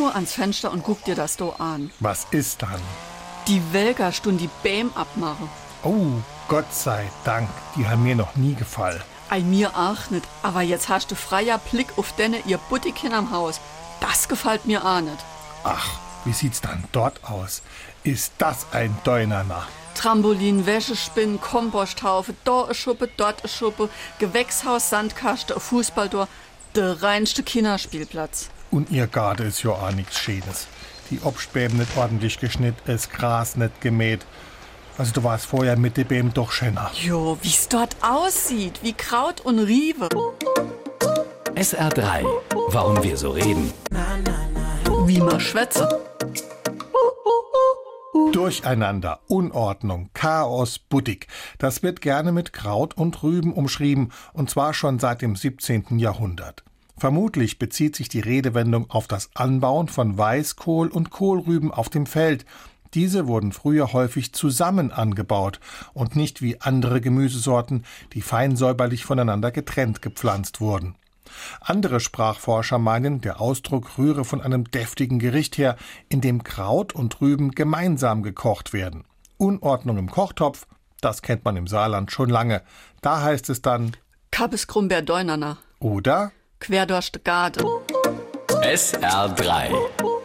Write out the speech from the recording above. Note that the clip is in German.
nur ans Fenster und guck dir das do an. Was ist dann? Die Welker stund die Bäm abmachen. Oh, Gott sei Dank, die haben mir noch nie gefallen. Ei, mir auch nicht. Aber jetzt hast du freier Blick auf denne ihr Buttikin am Haus. Das gefällt mir auch nicht. Ach, wie sieht's dann dort aus? Ist das ein Deunerner? Trampolin, Wäschespinnen, Komposthaufe, da eine Schuppe, dort eine Schuppe, Gewächshaus, Sandkaste, Fußballtor, der reinste Kinderspielplatz. Und ihr Garde ist ja auch nichts Schönes. Die Obstbäben nicht ordentlich geschnitten, das Gras nicht gemäht. Also du warst vorher mit den Bäben doch schöner. Jo, wie's dort aussieht, wie Kraut und Riewe. SR3, warum wir so reden. Wie man schwätze. Durcheinander, Unordnung, Chaos, Buddig. Das wird gerne mit Kraut und Rüben umschrieben, und zwar schon seit dem 17. Jahrhundert. Vermutlich bezieht sich die Redewendung auf das Anbauen von Weißkohl und Kohlrüben auf dem Feld. Diese wurden früher häufig zusammen angebaut und nicht wie andere Gemüsesorten, die fein säuberlich voneinander getrennt gepflanzt wurden. Andere Sprachforscher meinen, der Ausdruck rühre von einem deftigen Gericht her, in dem Kraut und Rüben gemeinsam gekocht werden. Unordnung im Kochtopf, das kennt man im Saarland schon lange. Da heißt es dann Kappes Krumbeer Deunerner. oder Quer durch die Garde. SR3